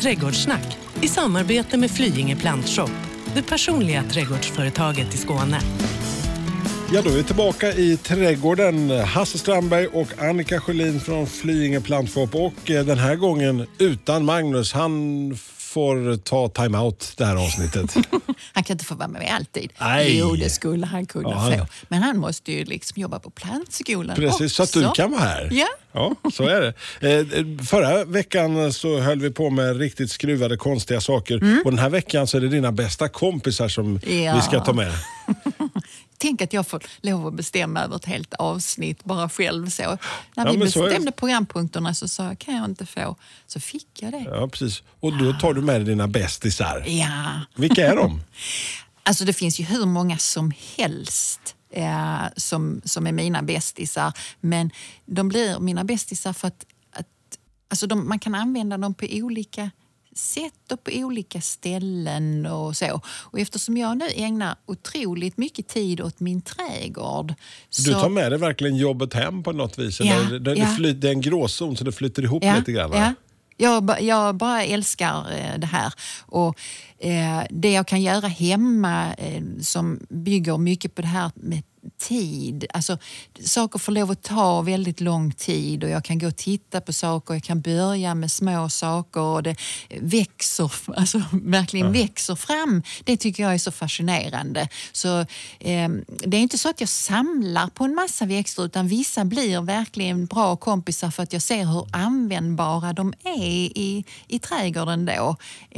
Trädgårdssnack i samarbete med Flyinge Plantshop, det personliga trädgårdsföretaget i Skåne. Ja, då är vi tillbaka i trädgården. Hasse Strandberg och Annika Sjölin från Flyinge Plantshop, och den här gången utan Magnus. Han får ta time-out det här avsnittet. Han kan inte få vara med alltid. Nej. Jo, det skulle han kunna få. Men han måste ju liksom jobba på plantskolan. Precis, också. så att du kan vara här. Ja. Ja, så är det. Förra veckan så höll vi på med riktigt skruvade konstiga saker. Och den här veckan så är det dina bästa kompisar som vi ska ta med. Tänk att jag får lov att bestämma över ett helt avsnitt bara själv så. När Ja, vi men så bestämde programpunkterna så sa jag, kan jag inte få? Så fick jag det. Ja, precis. Och då tar du med dig dina bästisar. Ja. Vilka är de? Alltså det finns ju hur många som helst som är mina bästisar. Men de blir mina bästisar för att alltså man kan använda dem på olika sätt och på olika ställen och så. Och eftersom jag nu ägnar otroligt mycket tid åt min trädgård. Du tar med dig verkligen jobbet hem på något vis? Ja, eller det är en gråzon så det flyter ihop lite grann. Ja. Jag bara älskar det här. Och det jag kan göra hemma som bygger mycket på det här med tid. Alltså, saker får lov att ta väldigt lång tid och jag kan gå och titta på saker. Jag kan börja med små saker och det växer, alltså verkligen växer fram. Det tycker jag är så fascinerande. Så det är inte så att jag samlar på en massa växter, utan vissa blir verkligen bra kompisar för att jag ser hur användbara de är i trädgården då.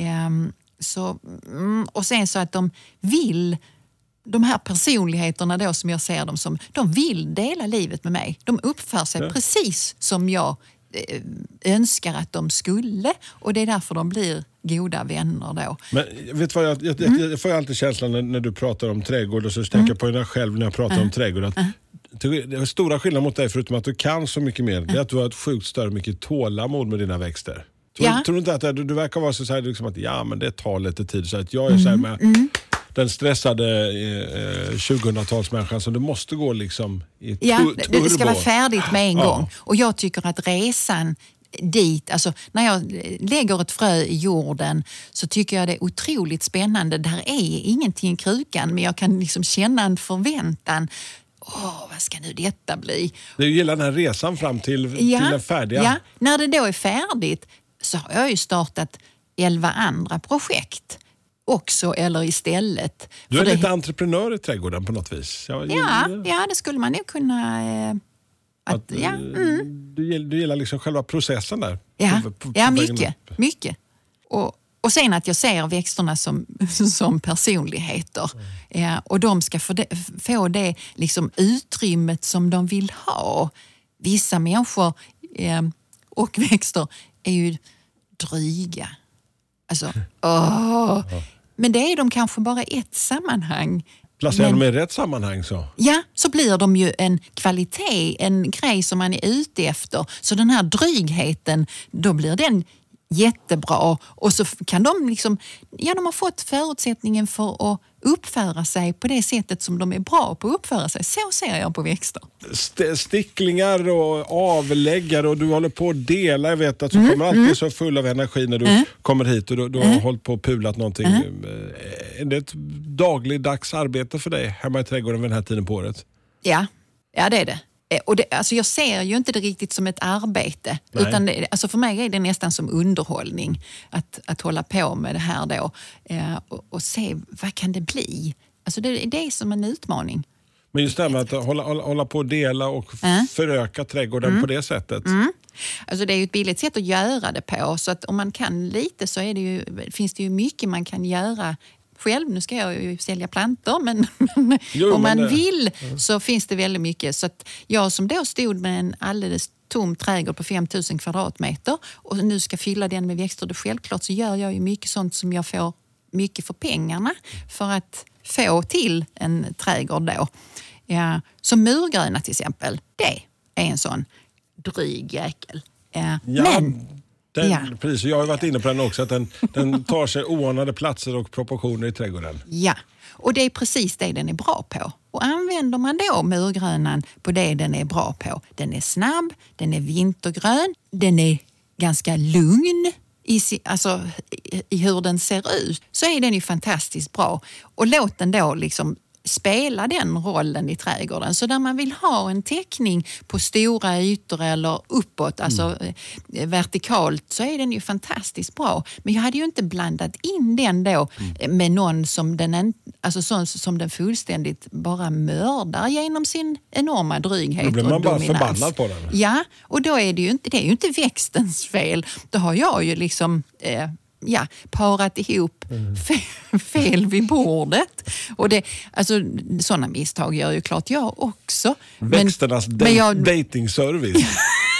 Och sen så att de här personligheterna då som jag ser dem som, de vill dela livet med mig. De uppför sig precis som jag önskar att de skulle, och det är därför de blir goda vänner då. Men vet du vad, jag får alltid känslan när du pratar om trädgård och så tänker jag på dig själv när jag pratar om trädgård. Att det är stora skillnad mot dig, förutom att du kan så mycket mer. Det är att du har ett sjukt större mycket tålamod med dina växter. Tror du inte att du verkar vara så här liksom att men det tar lite tid, så att jag är så här med den stressade 2000-talsmänniskan som det måste gå liksom i turbo. Det ska vara färdigt med en gång. Och jag tycker att resan dit, alltså när jag lägger ett frö i jorden så tycker jag det är otroligt spännande. Där är ingenting i krukan, men jag kan liksom känna en förväntan. Vad ska nu detta bli? Du gillar den här resan fram till den färdiga. Ja, när det då är färdigt så har jag ju startat 11 andra projekt också, eller istället. Du är lite entreprenör i trädgården på något vis. Ja, det skulle man nog kunna... Du gillar liksom själva processen där. Ja, mycket. Och sen att jag ser växterna som personligheter. Och de ska få det liksom utrymmet som de vill ha. Vissa människor och växter är ju dryga. Alltså, men det är de kanske bara i ett sammanhang. Placerar de i rätt sammanhang så? Ja, så blir de ju en kvalitet, en grej som man är ute efter. Så den här drygheten, då blir den jättebra. Och så kan de liksom, de har fått förutsättningen för att uppföra sig på det sättet som de är bra på att uppföra sig. Så ser jag på växter. Sticklingar och avläggare, och du håller på att dela. Jag vet att du kommer alltid så full av energi när du kommer hit och du har hållit på och pulat någonting. Är det ett dagligdags arbete för dig hemma i trädgården vid den här tiden på året? Ja det är det. Och alltså jag ser ju inte det riktigt som ett arbete. Utan alltså för mig är det nästan som underhållning att hålla på med det här då. Och se vad kan det bli. Alltså det är som en utmaning. Men just det med att hålla på och dela och föröka trädgården på det sättet. Alltså det är ju ett billigt sätt att göra det på. Så att om man kan lite så finns det ju mycket man kan göra själv. Nu ska jag ju sälja plantor, men om man vill så finns det väldigt mycket. Så att jag som då stod med en alldeles tom trädgård på 5000 kvadratmeter och nu ska fylla den med växter, då självklart så gör jag ju mycket sånt som jag får mycket för pengarna för att få till en trädgård då. Ja, som murgröna till exempel, det är en sån dryg jäkel. Precis, jag har varit inne på den också, att den tar sig oanade platser och proportioner i trädgården. Ja, och det är precis det den är bra på. Och använder man då murgrönan på det den är bra på. Den är snabb, den är vintergrön, den är ganska lugn i hur den ser ut, så är den ju fantastiskt bra. Och låt den då liksom spela den rollen i trädgården. Så där man vill ha en täckning på stora ytor eller uppåt, alltså vertikalt, så är den ju fantastiskt bra. Men jag hade ju inte blandat in den då med någon som som den fullständigt bara mördar genom sin enorma dryghet. Då blir man och bara dominans. förbannad på den. Ja, och då är det är ju inte växtens fel. Då har jag ju liksom parat ihop fel vid bordet. Och sådana misstag gör ju klart jag också. Växternas datingservice.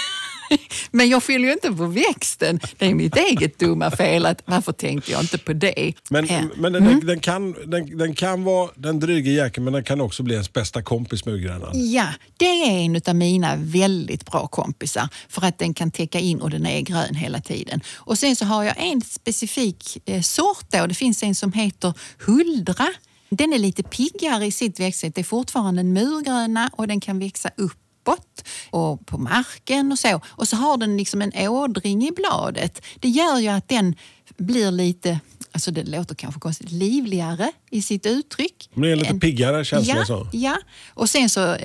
Men jag fyller ju inte på växten. Det är mitt eget dumma fel. Varför tänkte jag inte på det? Men den kan vara den dryga jäkeln, men den kan också bli ens bästa kompis muggrönan. Ja, det är en av mina väldigt bra kompisar. För att den kan täcka in och den är grön hela tiden. Och sen så har jag en specifik sort då. Det finns en som heter Huldra. Den är lite piggare i sitt växtsätt. Det är fortfarande en murgröna och den kan växa upp och på marken och så. Och så har den liksom en ådring i bladet. Det gör ju att den blir lite, alltså det låter kanske konstigt, livligare i sitt uttryck. Men det är lite piggare känsla så. Ja, och sen så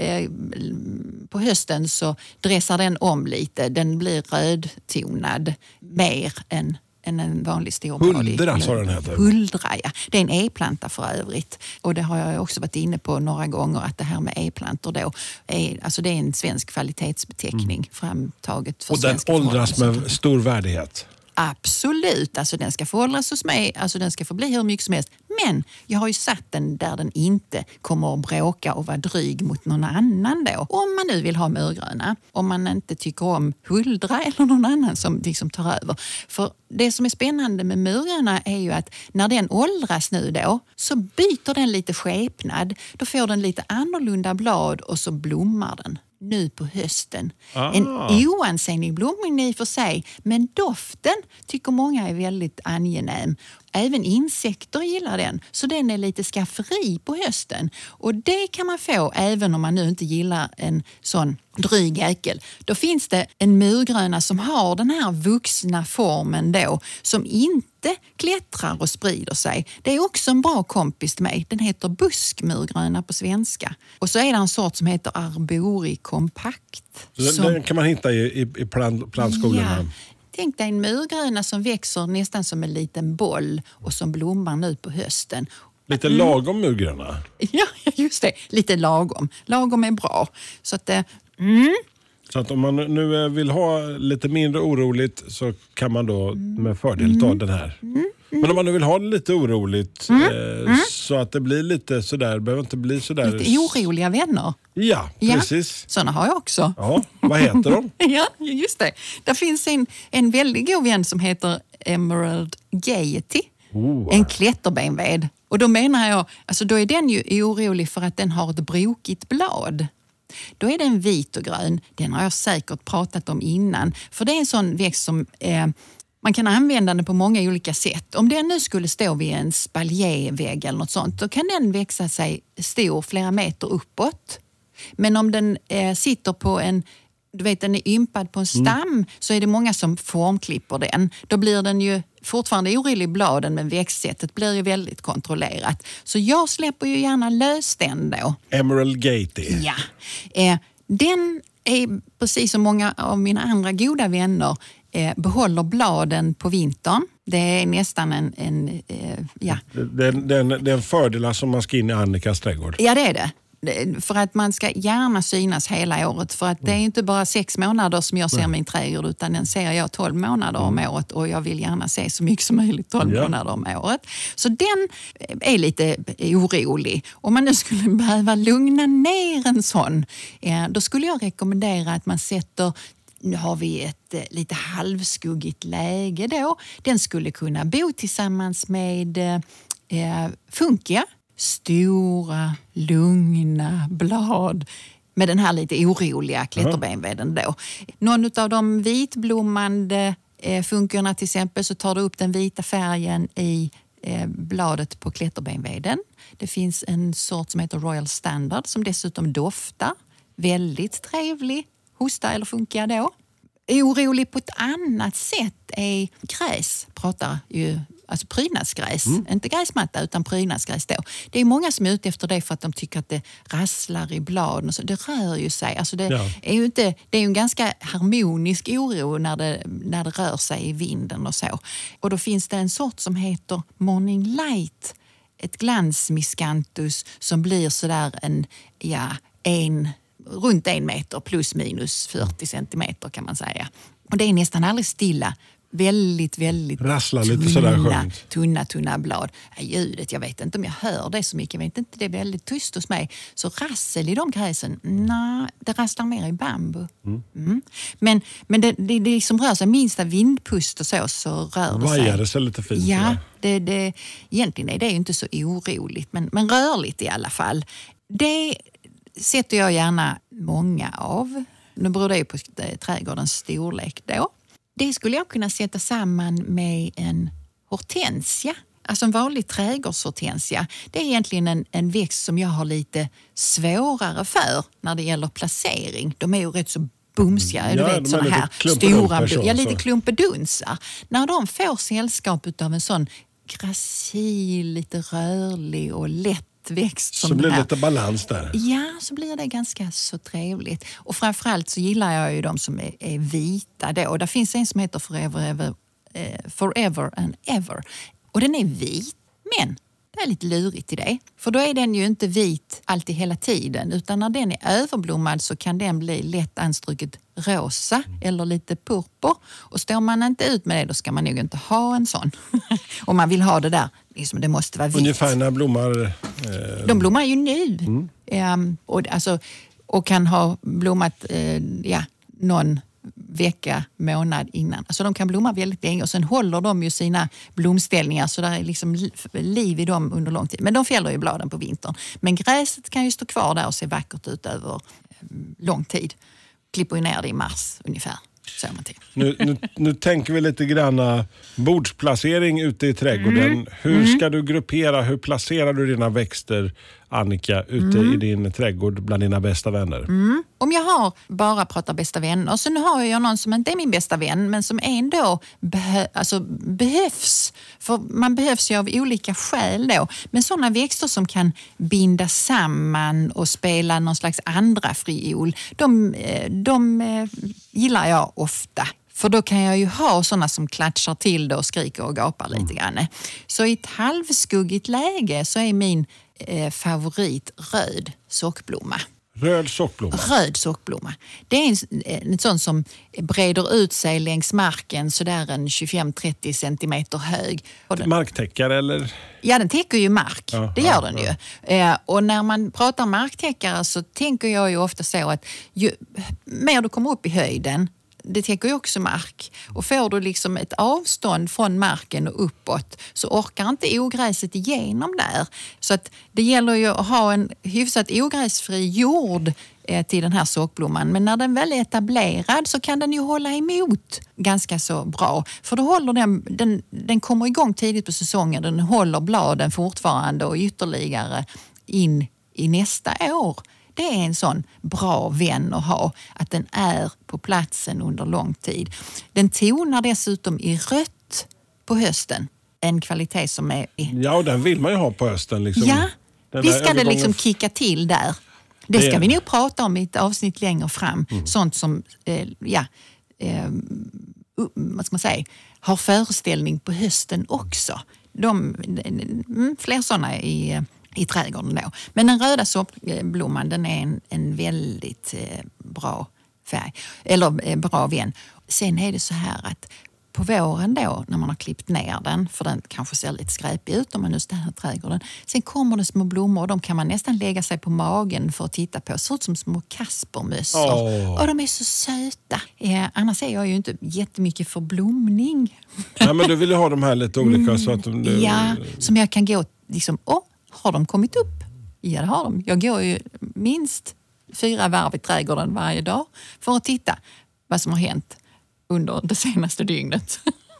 på hösten så dressar den om lite. Den blir rödtonad mer än en vanlig storbladig. Huldra sa den heter. Huldra, ja. Det är en e-planta för övrigt. Och det har jag också varit inne på några gånger, att det här med e-plantor då det är en svensk kvalitetsbeteckning framtaget för svenska förhållanden. Och den åldras med stor värdighet. Absolut, alltså den ska få åldras hos mig, alltså den ska få bli hur mycket som helst. Men jag har ju satt den där den inte kommer att bråka och vara dryg mot någon annan då. Om man nu vill ha murgröna, om man inte tycker om Huldra eller någon annan som liksom tar över. För det som är spännande med murgröna är ju att när den åldras nu då, så byter den lite skepnad. Då får den lite annorlunda blad och så blommar den. Nu på hösten. En oansenlig blommning i och för sig, men doften tycker många är väldigt angenäm. Även insekter gillar den, så den är lite skafferi på hösten. Och det kan man få även om man nu inte gillar en sån dryg jäkel. Då finns det en murgröna som har den här vuxna formen då, som inte klättrar och sprider sig. Det är också en bra kompis till mig. Den heter buskmurgröna på svenska. Och så är det en sort som heter Arbori kompakt. Den kan man hitta i plantskolorna. Ja. Tänk dig en murgröna som växer nästan som en liten boll och som blommar nu på hösten. Lite lagom murgröna. Ja, just det. Lite lagom. Lagom är bra. Så att Så att om man nu vill ha lite mindre oroligt så kan man då med fördel ta den här. Men om man nu vill ha det lite oroligt så att det blir lite sådär, behöver inte bli sådär. Lite oroliga vänner. Ja, precis. Sådana har jag också. Ja, vad heter de? Ja, just det. Där finns en väldigt god vän som heter Emerald Gaiety. En klätterbenved. Och då menar jag, alltså då är den ju orolig för att den har ett brokigt blad. Då är den vit och grön. Den har jag säkert pratat om innan. För det är en sån växt som man kan använda den på många olika sätt. Om den nu skulle stå vid en spaljévägg eller något sånt, då kan den växa sig stor flera meter uppåt. Men om den sitter på den är ympad på en stam, så är det många som formklipper den. Då blir den ju fortfarande orolig i bladen, men växtsättet blir ju väldigt kontrollerat. Så jag släpper ju gärna lös den då. Emerald Gaiety. Ja. Den är precis som många av mina andra goda vänner behåller bladen på vintern. Det är nästan Det är en fördel som man ska in i Annikas trädgård. Ja, det är det. För att man ska gärna synas hela året. För att det är inte bara 6 månader som jag ser min trädgård, utan den ser jag 12 månader om året. Och jag vill gärna se så mycket som möjligt 12 månader om året. Så den är lite orolig. Om man nu skulle behöva lugna ner en sån, då skulle jag rekommendera att man sätter... Nu har vi ett lite halvskuggigt läge då. Den skulle kunna bo tillsammans med funkia. Stora, lugna blad med den här lite oroliga klätterbenveden då. Någon av de vitblommande funkerna till exempel, så tar du upp den vita färgen i bladet på klätterbenveden. Det finns en sort som heter Royal Standard som dessutom doftar. Väldigt trevlig. Hosta eller funkia då. Orolig på ett annat sätt är gräs, pratar ju, alltså prydnadsgräs. Inte gräsmatta utan prydnadsgräs då. Det är många som är ute efter det för att de tycker att det rasslar i bladen och så. Det rör ju sig. Alltså det är ju inte, det är ju en ganska harmonisk oro när det rör sig i vinden och så. Och då finns det en sort som heter Morning Light, ett glansmiscanthus som blir sådär runt 1 meter plus minus 40 centimeter kan man säga. Och det är nästan aldrig stilla. Väldigt, väldigt rasslar lite sådär skönt. Tunna blad. Ljudet, jag vet inte om jag hör det så mycket. Jag vet inte, det är väldigt tyst hos mig. Så rassel i de gräsen, nej, det rasslar mer i bambu. Men det som rör sig, minsta vindpust och så rör det sig. Vajar det sig lite fint. Ja, egentligen är det ju inte så oroligt, men rörligt i alla fall. Det sätter jag gärna många av. Nu beror det ju på trädgårdens storlek då. Det skulle jag kunna sätta samman med en hortensia. Alltså en vanlig trädgårdshortensia. Det är egentligen en växt som jag har lite svårare för när det gäller placering. De är ju rätt så bumsiga, du vet sådana här stora, lite klumpedunsar. När de får sällskap av en sån gracil, lite rörlig och lätt växt som så blir det här. Lite balans där. Ja, så blir det ganska så trevligt. Och framförallt så gillar jag ju de som är vita då. Och där finns en som heter Forever and Ever. Och den är vit, men det är lite lurigt i det. För då är den ju inte vit alltid hela tiden. Utan när den är överblommad så kan den bli lätt anstruket rosa eller lite purpur. Och står man inte ut med det, då ska man nog inte ha en sån. Om man vill ha det där, liksom, det måste vara vitt. Ungefär när blommar... De blommar ju nu. Och kan ha blommat någon vecka, månad innan. Alltså de kan blomma väldigt länge och sen håller de ju sina blomställningar så där är liksom liv i dem under lång tid. Men de fäller ju bladen på vintern. Men gräset kan ju stå kvar där och se vackert ut över lång tid. Klipper ju ner det i mars ungefär. Så man till. Nu tänker vi lite grann bordsplacering ute i trädgården. Hur ska du gruppera, hur placerar du dina växter, Annika, ute i din trädgård bland dina bästa vänner? Om jag bara pratar bästa vänner, så nu har jag någon som inte är min bästa vän men som ändå behövs. För man behövs ju av olika skäl då. Men sådana växter som kan binda samman och spela någon slags andra friol, de gillar jag ofta. För då kan jag ju ha sådana som klatschar till det och skriker och gapar lite grann. Så i ett halvskuggigt läge så är min favorit röd sockblomma. Röd sockblomma? Röd sockblomma. Det är en sån som breder ut sig längs marken sådär en 25-30 centimeter hög. Marktäckare eller? Ja, den täcker ju mark. Det gör den ju. Och när man pratar marktäckare så tänker jag ju ofta så att ju mer du kommer upp i höjden, det täcker ju också mark. Och får du liksom ett avstånd från marken och uppåt så orkar inte ogräset igenom där. Så att det gäller ju att ha en hyfsat ogräsfri jord till den här sockblomman. Men när den väl är etablerad så kan den ju hålla emot ganska så bra. För då håller den kommer igång tidigt på säsongen. Den håller bladen fortfarande och ytterligare in i nästa år. Det är en sån bra vän att ha, att den är på platsen under lång tid. Den tonar dessutom i rött på hösten. En kvalitet som är... Ja, och den vill man ju ha på hösten. Liksom. Ja, vi ska det liksom kicka till där. Det ska vi nog prata om i ett avsnitt längre fram. Sånt som, vad ska man säga, har föreställning på hösten också. Fler sådana i trädgården då. Men den röda soppblomman, den är en väldigt bra färg. Eller bra vän. Sen är det så här att på våren då, när man har klippt ner den, för den kanske ser lite skräpig ut om man nu ställer i trädgården. Sen kommer det små blommor och de kan man nästan lägga sig på magen för att titta på. Ser ut som små kaspermössor. Och de är så söta. Annars är jag ju inte jättemycket för blomning. Nej, men du vill ju ha de här lite olika så att Ja, som jag kan gå liksom, har de kommit upp? Ja, det har de. Jag går ju minst 4 varv i trädgården varje dag för att titta vad som har hänt under det senaste dygnet.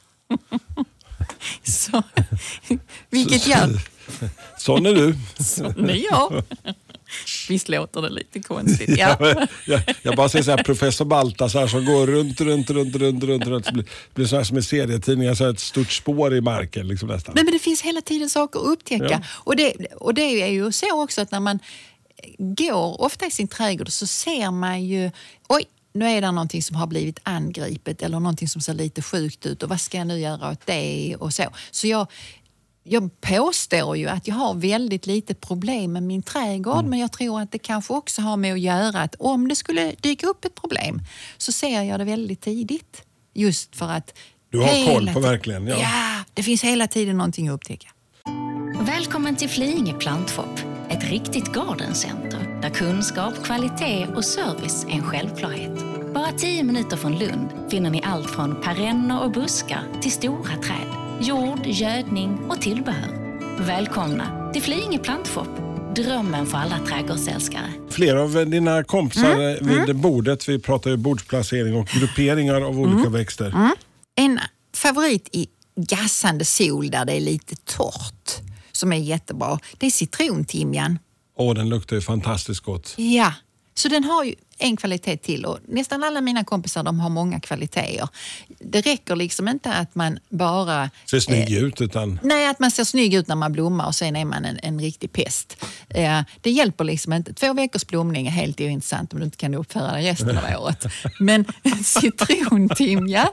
Så, vilket gör... Sån är du. Sån är jag. Visst låter det lite konstigt. Ja. Jag bara ser så här, professor Baltasar som går runt. Det blir så här som i serietidningar, så här ett stort spår i marken liksom nästan. Men det finns hela tiden saker att upptäcka. Ja. Och det är ju så också att när man går ofta i sin trädgård så ser man ju, oj, nu är det någonting som har blivit angripet eller någonting som ser lite sjukt ut och vad ska jag nu göra åt det och så. Så jag påstår ju att jag har väldigt lite problem med min trädgård, men jag tror att det kanske också har med att göra att om det skulle dyka upp ett problem så ser jag det väldigt tidigt. Just för att du har koll på verkligen. Ja, det finns hela tiden någonting att upptäcka. Välkommen till Flyinge Plantshop, ett riktigt gardencenter där kunskap, kvalitet och service är en självklarhet. Bara 10 minuter från Lund finner ni allt från perenner och buskar till stora träd, jord, gödning och tillbehör. Välkomna till Flyinge Plantshop, drömmen för alla trädgårdsälskare. Flera av dina kompisar vid bordet, vi pratar ju bordsplacering och grupperingar av olika växter. En favorit i gassande sol där det är lite torrt som är jättebra, det är citrontimjan. Den luktar ju fantastiskt gott. Ja, så den har ju en kvalitet till och nästan alla mina kompisar de har många kvaliteter. Det räcker liksom inte att man bara ser snygg ut utan... Nej, att man ser snygg ut när man blommar och sen är man en riktig pest. Det hjälper liksom inte. 2 veckors blomning är helt ointressant om du inte kan uppföra det resten av året. Men citrontimja,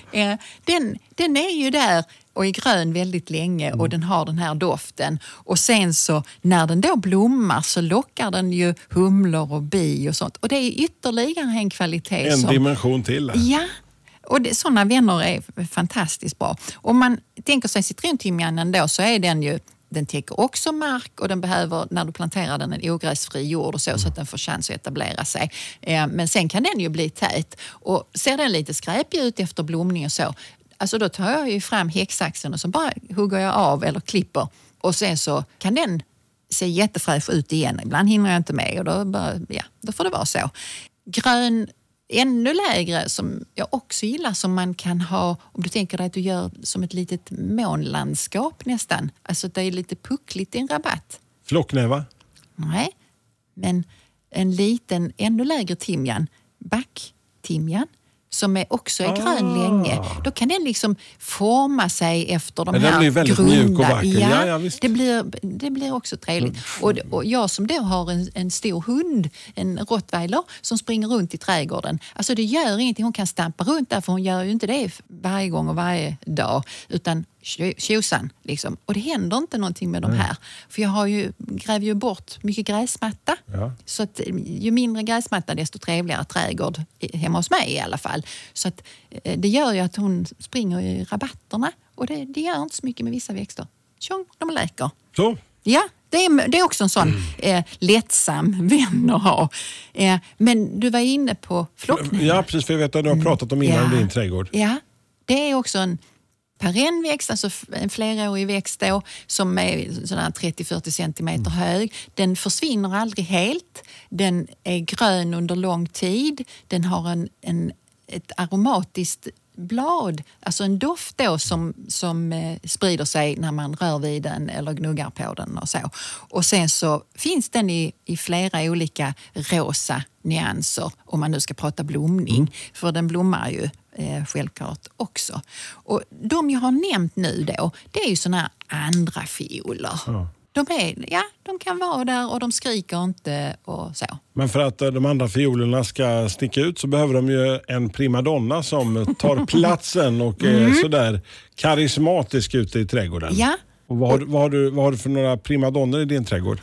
den är ju där och är grön väldigt länge och den har den här doften. Och sen så när den då blommar så lockar den ju humlor och bi och sånt. Och det är ytterligare en kvalitet en dimension till. Ja, och sådana vänner är fantastiskt bra. Om man tänker sig citrontimjanen då så är den täcker också mark och den behöver, när du planterar den, en ogräsfri jord och så att den får chans att etablera sig. Men sen kan den ju bli tät och ser den lite skräpig ut efter blomning och så, alltså då tar jag ju fram häcksaxen och så bara hugger jag av eller klipper och sen så kan den se jättefräsch ut igen. Ibland hinner jag inte med och då får det vara så. Grön ännu lägre som jag också gillar som man kan ha, om du tänker dig att du gör som ett litet månlandskap nästan. Alltså det är lite puckligt i en rabatt. Flocknäva? Nej, men en liten ännu lägre timjan, backtimjan, som också är grön länge. Då kan den liksom forma sig efter de här grunda. Den blir väldigt mjuk och vacker. Ja, visst. Det blir också trevligt. Och jag som då har en stor hund, en rottweiler, som springer runt i trädgården. Alltså det gör ingenting. Hon kan stampa runt där för hon gör ju inte det varje gång och varje dag. Utan tjosan liksom. Och det händer inte någonting med de här. För jag gräver ju bort mycket gräsmatta. Ja. Så att ju mindre gräsmatta desto trevligare trädgård hemma hos mig i alla fall. Så att det gör ju att hon springer i rabatterna. Och det gör inte så mycket med vissa växter. Tjong, de läker. Så? Ja, det är också en sån lättsam vän att ha. Men du var inne på flocknäva. Ja, precis. För jag vet att du har pratat om innan din trädgård. Ja, det är också en perennväxt, alltså en flerårig växt då, som är sådär 30-40 centimeter hög. Den försvinner aldrig helt. Den är grön under lång tid. Den har ett aromatiskt blad, alltså en doft då som sprider sig när man rör vid den eller gnuggar på den och så. Och sen så finns den i flera olika rosa nyanser om man nu ska prata blomning. För den blommar ju självklart också. Och de jag har nämnt nu då, det är ju såna här andra fioler. Ja. De kan vara där och de skriker inte och så. Men för att de andra fiolerna ska sticka ut så behöver de ju en primadonna som tar platsen och är sådär karismatisk ute i trädgården. Ja. Och vad har du för några primadonnor i din trädgård?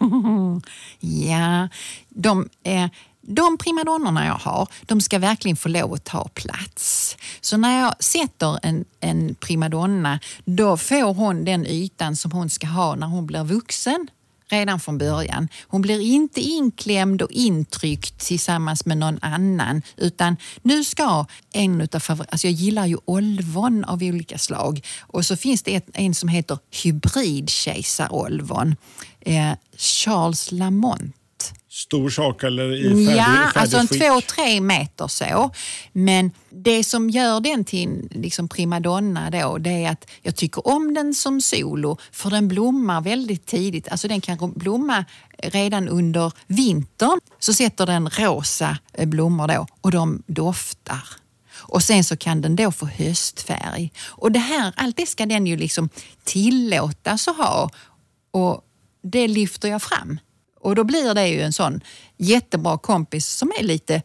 Ja, de primadonnorna jag har, de ska verkligen få lov att ta plats. Så när jag sätter en primadonna, då får hon den ytan som hon ska ha när hon blir vuxen redan från början. Hon blir inte inklämd och intryckt tillsammans med någon annan, utan nu ska alltså jag gillar ju olvon av olika slag. Och så finns det en som heter hybridkejsarolvon. Charles Lamont stor sak eller i färdig alltså en skick? 2-3 meter så. Men det som gör den till liksom primadonna då, det är att jag tycker om den som solo, för den blommar väldigt tidigt. Alltså den kan blomma redan under vintern, så sätter den rosa blommor då och de doftar. Och sen så kan den då få höstfärg. Och det här, allt det ska den ju liksom tillåtas att ha, och det lyfter jag fram. Och då blir det ju en sån jättebra kompis som är lite,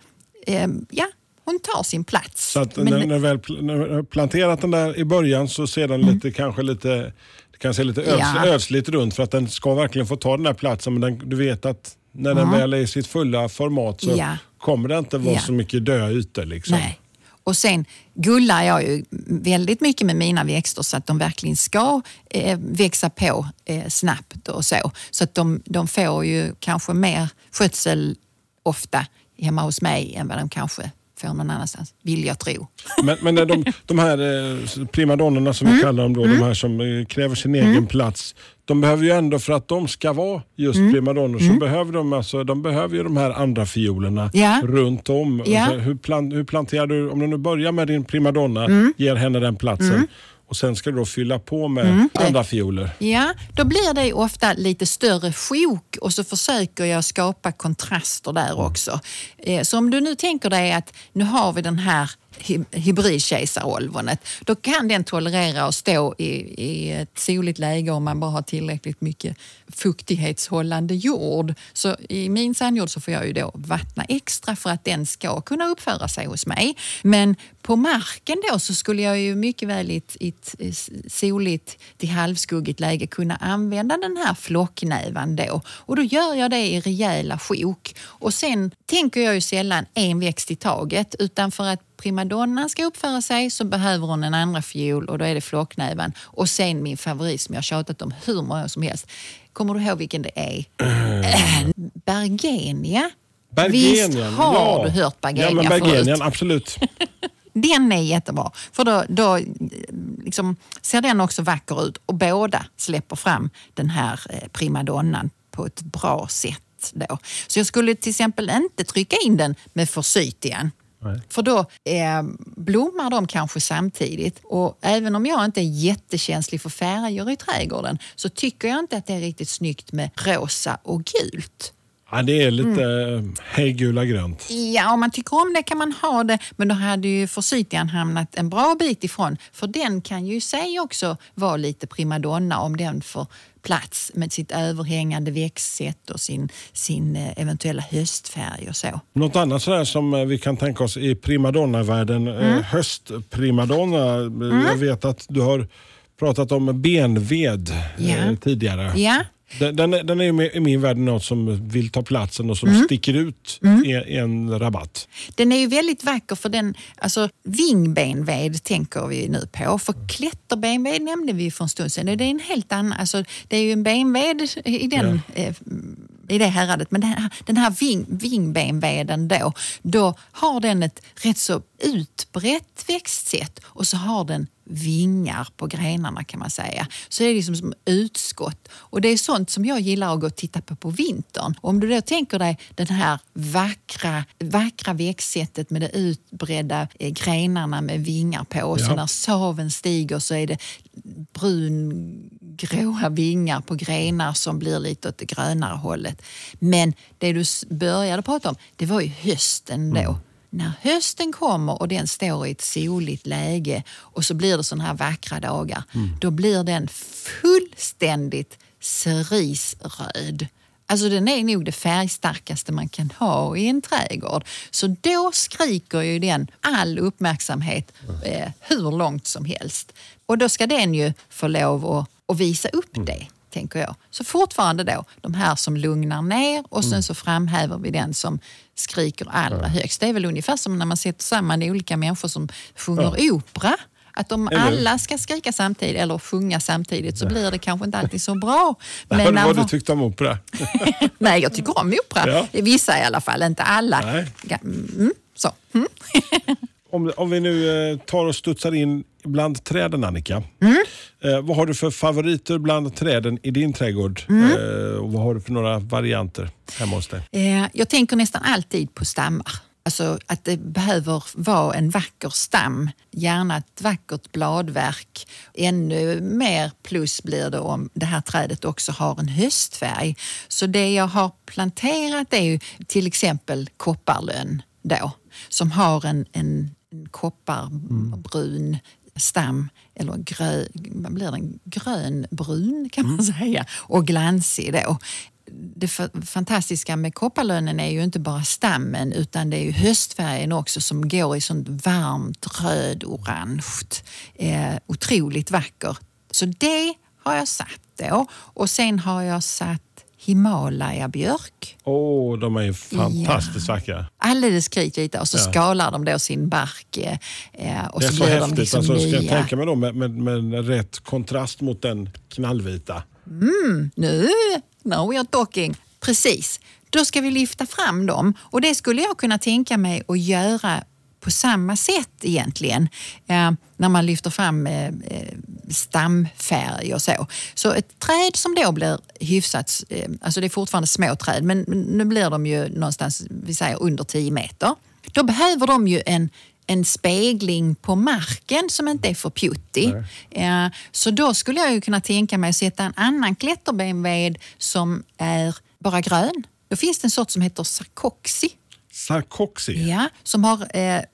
hon tar sin plats. Så att när du väl planterat den där i början så ser den det kan se lite ödsligt runt, för att den ska verkligen få ta den där platsen. Men du vet att när den väl är i sitt fulla format så kommer det inte vara så mycket döda ytor liksom. Nej. Och sen gullar jag ju väldigt mycket med mina växter så att de verkligen ska växa på snabbt och så. Så att de får ju kanske mer skötsel ofta hemma hos mig än vad de kanske får någon annanstans, vill jag tro. Men de här primadonnorna som vi kallar dem då, de här som kräver sin egen plats, de behöver ju ändå, för att de ska vara just primadonnor, så behöver de behöver ju de här andra fiolerna runt om. Ja. Hur planterar du, om du nu börjar med din primadonna, ger henne den platsen, och sen ska du då fylla på med andra fioler. Ja, då blir det ofta lite större sjok, och så försöker jag skapa kontraster där också. Så om du nu tänker dig att nu har vi den här hybridkejsarolvonet, då kan den tolerera att stå i ett soligt läge om man bara har tillräckligt mycket fuktighetshållande jord. Så i min sandjord så får jag ju då vattna extra för att den ska kunna uppföra sig hos mig. Men på marken då så skulle jag ju mycket väl i ett soligt till halvskuggigt läge kunna använda den här flocknävan då. Och då gör jag det i rejäla sjok. Och sen tänker jag ju sällan en växt i taget, utan för att primadonnan ska uppföra sig så behöver hon en andra fiol, och då är det flocknävan. Och sen min favorit som jag har tjatat om hur många som helst. Kommer du ihåg vilken det är? Bergenia. Visst har du hört Bergenia förut? Ja, men Bergenian, absolut. Den är jättebra, för då liksom ser den också vacker ut, och båda släpper fram den här primadonnan på ett bra sätt då. Så jag skulle till exempel inte trycka in den med forsythian. Nej. För då blommar de kanske samtidigt, och även om jag inte är jättekänslig för färger i trädgården så tycker jag inte att det är riktigt snyggt med rosa och gult. Ja, det är lite hejgula grönt. Ja, om man tycker om det kan man ha det, men då hade ju forsythian hamnat en bra bit ifrån, för den kan ju i sig också vara lite primadonna om den får plats med sitt överhängande växtsätt och sin eventuella höstfärg och så. Något annat sådär som vi kan tänka oss i primadonna-världen, höstprimadonna. Jag vet att du har pratat om benved tidigare. Ja. Den är ju i min värld något som vill ta platsen och som sticker ut i en rabatt. Den är ju väldigt vacker, för den, alltså vingbenved tänker vi nu på. För klätterbenved nämnde vi för en stund sedan. Det är en helt annan, alltså det är ju en benved i den i det häradet. Men den här vingbenveden då har den ett rätt så utbrett växtsätt, och så har den vingar på grenarna kan man säga. Så det är liksom som utskott. Och det är sånt som jag gillar att gå och titta på vintern. Och om du då tänker dig den här vackra växtsättet med det utbredda grenarna med vingar på. Och så när saven stiger så är det brungråa vingar på grenar som blir lite åt det grönare hållet. Men det du började prata om, det var ju hösten då. När hösten kommer och den står i ett soligt läge och så blir det såna här vackra dagar, då blir den fullständigt cerisröd. Alltså den är nog det färgstarkaste man kan ha i en trädgård. Så då skriker ju den all uppmärksamhet hur långt som helst. Och då ska den ju få lov att visa upp det, tänker jag. Så fortfarande då, de här som lugnar ner, och sen så framhäver vi den som skriker allra högst. Det är väl ungefär som när man sätter samman olika människor som sjunger opera. Att om alla ska skrika samtidigt eller sjunga samtidigt så blir det kanske inte alltid så bra. Men vad du tyckte om opera? Nej, jag tycker om opera. Vissa i alla fall, inte alla. Så. Om vi nu tar och studsar in bland träden, Annika. Vad har du för favoriter bland träden i din trädgård? Och vad har du för några varianter hemma hos dig? Jag tänker nästan alltid på stammar. Alltså att det behöver vara en vacker stam, gärna ett vackert bladverk. Ännu mer plus blir det om det här trädet också har en höstfärg. Så det jag har planterat är ju till exempel kopparlönn då, som har en kopparbrun stam, eller grönbrun kan man säga, och glansig då. Det fantastiska med kopparlönnen är ju inte bara stammen, utan det är ju höstfärgen också som går i sånt varmt röd-orange. Otroligt vacker. Så det har jag satt då. Och sen har jag satt Himalaya-björk. De är ju fantastiskt vackra. Alldeles kritvita, och så skalar de då sin bark. Och det är så blir häftigt. de liksom alltså, ska jag nya. tänka mig då med rätt kontrast mot den knallvita. Now we are talking. Precis. Då ska vi lyfta fram dem. Och det skulle jag kunna tänka mig att göra på samma sätt egentligen. När man lyfter fram stamfärg och så. Så ett träd som då blir hyfsat, alltså det är fortfarande små träd, men nu blir de ju någonstans, vi säger under 10 meter. Då behöver de ju en spegling på marken som inte är för pjuttig. Så då skulle jag ju kunna tänka mig att sätta en annan klätterbenved som är bara grön. Då finns det en sort som heter sarkoxi. Sarkoxi? Ja, som har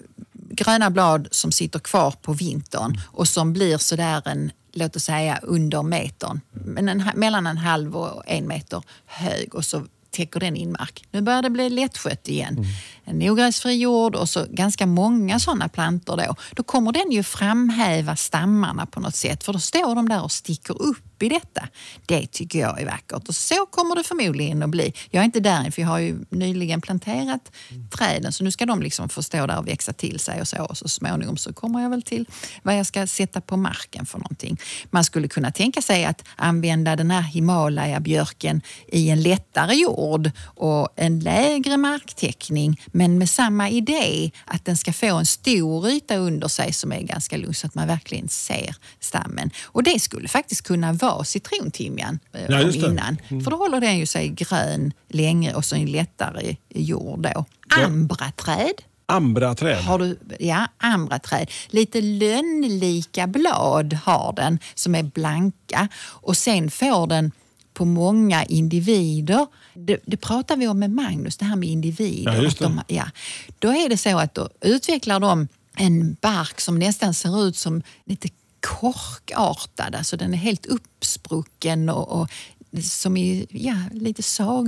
gröna blad som sitter kvar på vintern och som blir sådär låt oss säga under metern. Men mellan 1,5 och 1 meter hög, och så täcker den in mark. Nu börjar det bli lättskött igen. En ogräsfri jord och så ganska många sådana plantor då. Då kommer den ju framhäva stammarna på något sätt, för då står de där och sticker upp i detta. Det tycker jag är vackert, och så kommer det förmodligen att bli. Jag är inte där än, för jag har ju nyligen planterat träden, så nu ska de liksom få stå där och växa till sig och så småningom så kommer jag väl till vad jag ska sätta på marken för någonting. Man skulle kunna tänka sig att använda den här Himalaya-björken i en lättare jord och en lägre marktäckning, men med samma idé att den ska få en stor yta under sig som är ganska lugn, så att man verkligen ser stammen. Och det skulle faktiskt kunna vara citrontimjan innan. För då håller den ju sig grön länge och så en lättare jord då. Ambraträd. Ambraträd? Ambraträd. Lite lönnlika blad har den som är blanka, och sen får den på många individer. Det pratar vi om med Magnus, det här med individer. Ja, just det. Då är det så att då utvecklar de en bark som nästan ser ut som lite korkartad. Alltså den är helt uppsprucken och som i lite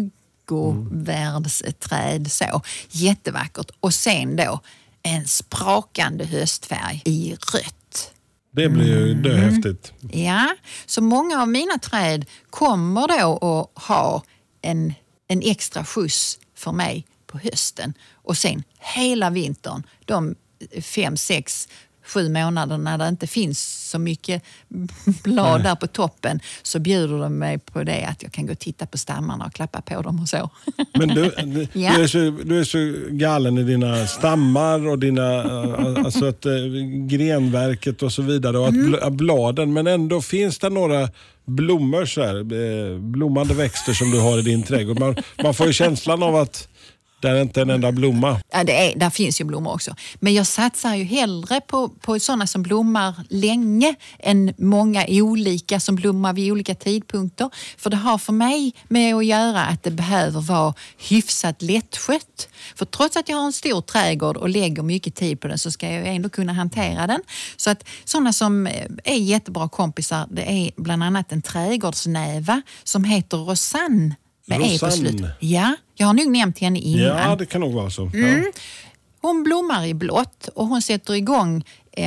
sagovärldsträd så. Jättevackert. Och sen då en sprakande höstfärg i rött. Det blir ju döhäftigt. Ja, så många av mina träd kommer då att ha en extra skjuts för mig på hösten. Och sen hela vintern, de 5, 6, 7 månader när det inte finns så mycket blad där på toppen, så bjuder de mig på det att jag kan gå och titta på stammarna och klappa på dem och så. Men du är så galen i dina stammar och dina alltså att grenverket och så vidare och att bladen, men ändå finns det några blommor så här, blommande växter som du har i din trädgård. Man får ju känslan av att det är inte en enda blomma. Ja, där finns ju blommor också. Men jag satsar ju hellre på sådana som blommar länge än många olika som blommar vid olika tidpunkter. För det har för mig med att göra att det behöver vara hyfsat lättskött. För trots att jag har en stor trädgård och lägger mycket tid på den, så ska jag ändå kunna hantera den. Så att sådana som är jättebra kompisar, det är bland annat en trädgårdsnäva som heter Rosanne. Rosanne? Ja, jag har nog nämnt henne innan. Ja, det kan nog vara så. Hon blommar i blått och hon sätter igång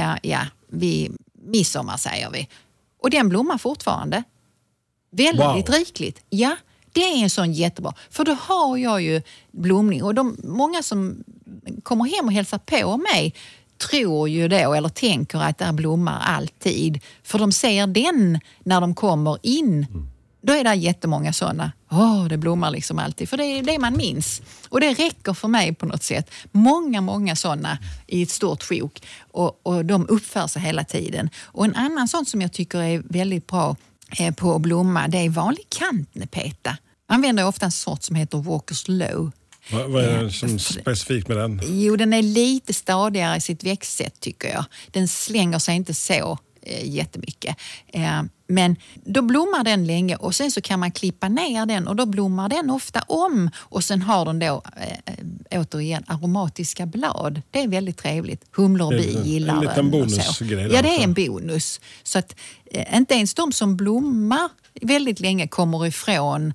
vid midsommar säger vi. Och den blommar fortfarande. Väldigt rikligt. Ja, det är en sån jättebra. För då har jag ju blomning. Och många som kommer hem och hälsar på mig tror ju då, eller tänker att där blommar alltid. För de ser den när de kommer in Då är det jättemånga sådana. Det blommar liksom alltid. För det är det man minns. Och det räcker för mig på något sätt. Många sådana i ett stort sjok. Och de uppför sig hela tiden. Och en annan sån som jag tycker är väldigt bra på att blomma, det är vanlig kantnepeta. Man använder ofta en sort som heter Walker's Low. Vad är det som specifikt med den? Jo, den är lite stadigare i sitt växtsätt tycker jag. Den slänger sig inte så jättemycket. Men då blommar den länge och sen så kan man klippa ner den och då blommar den ofta om. Och sen har den då återigen aromatiska blad. Det är väldigt trevligt. Humlor och bi gillar den. En liten bonusgrej. Ja, det är en bonus. Så att inte ens de som blommar väldigt länge kommer ifrån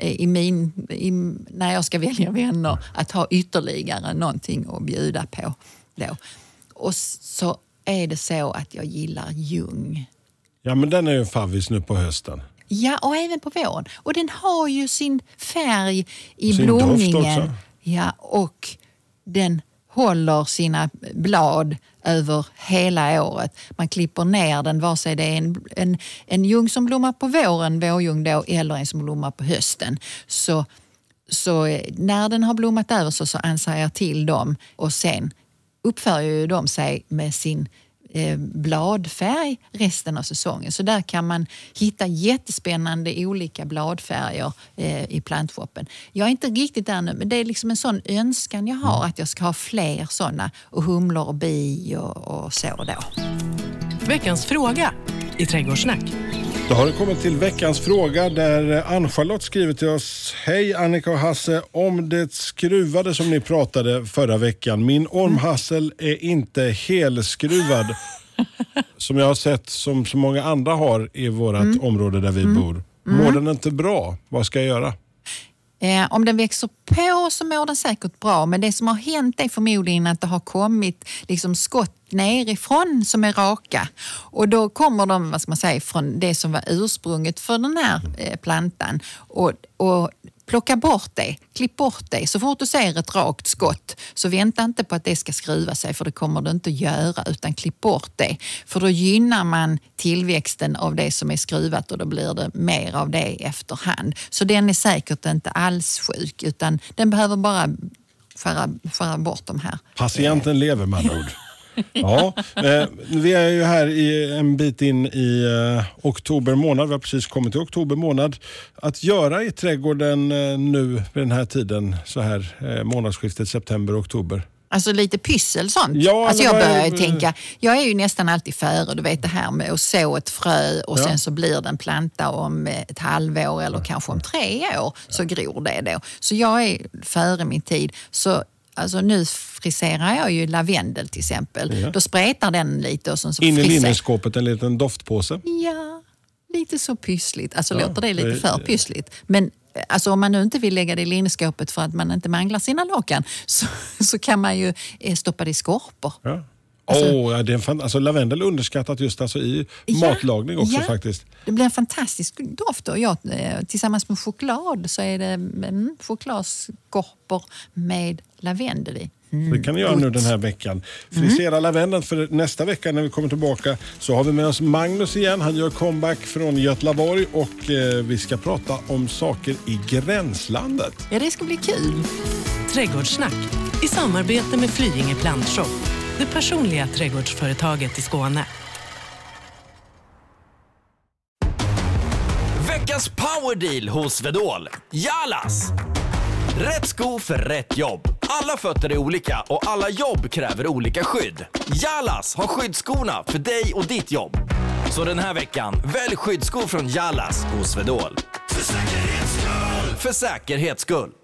när jag ska välja vänner att ha ytterligare någonting att bjuda på då. Och så är det så att jag gillar ljung. Ja, men den är ju en favvis nu på hösten. Ja, och även på våren. Och den har ju sin färg i sin blomningen. doft också. Ja, och den håller sina blad över hela året. Man klipper ner den vare sig det är en ljung som blommar på våren, vårljung då, eller en som blommar på hösten. Så när den har blommat över så ansar jag till dem och sen uppför ju de sig med sin bladfärg resten av säsongen. Så där kan man hitta jättespännande olika bladfärger i plantshoppen. Jag är inte riktigt där nu, men det är liksom en sån önskan jag har att jag ska ha fler såna och humlor och bi och så då. Veckans fråga i Trädgårdssnack. Då har det kommit till veckans fråga där Ann-Charlotte skriver till oss: Hej Annika och Hasse, om det skruvade som ni pratade förra veckan. Min ormhassel är inte helskruvad som jag har sett som så många andra har i vårt område där vi bor. Mår den inte bra? Vad ska jag göra? Om den växer på så mår den säkert bra, men det som har hänt är förmodligen att det har kommit liksom skott nerifrån som är raka och då kommer de, vad ska man säga, från det som var ursprunget för den här plantan och plocka bort det, klipp bort det. Så fort du ser ett rakt skott så vänta inte på att det ska skruva sig, för det kommer det inte att göra, utan klipp bort det. För då gynnar man tillväxten av det som är skruvat och då blir det mer av det efterhand. Så den är säkert inte alls sjuk, utan den behöver bara skära bort de här. Patienten lever med ord. Ja, vi är ju här en bit in i oktober månad. Vi har precis kommit till oktober månad. Att göra i trädgården nu vid den här tiden, så här månadsskiftet september-oktober. Alltså lite pyssel sånt. Ja, alltså jag börjar tänka, jag är ju nästan alltid före, du vet det här med att så ett frö och sen så blir det en planta om ett halvår eller kanske om 3 år så gror det då. Så jag är före min tid. Så alltså nu friserar jag ju lavendel till exempel. Ja. Då spretar den lite och så in i linneskåpet en liten doftpåse. Ja, lite så pyssligt. Alltså låter det lite för pyssligt. Men alltså, om man nu inte vill lägga det i linneskåpet för att man inte manglar sina lakan så kan man ju stoppa det i skorpor. Ja. Alltså lavendel underskattat just alltså i matlagning också faktiskt. Det blir en fantastisk doft och jag, tillsammans med choklad så är det chokladskorpor med lavendel i. Det kan ni göra nu den här veckan. Frisera lavendeln, för nästa vecka när vi kommer tillbaka så har vi med oss Magnus igen. Han gör comeback från Göteborg och vi ska prata om saker i gränslandet. Ja, det ska bli kul. Trädgårdssnack i samarbete med Flyinge Plantshop. Det personliga trädgårdsföretaget i Skåne. Veckans powerdeal hos Svedol. Jalas! Rätt sko för rätt jobb. Alla fötter är olika och alla jobb kräver olika skydd. Jalas har skyddsskorna för dig och ditt jobb. Så den här veckan, välj skyddsskor från Jalas hos Svedol. För säkerhets skull!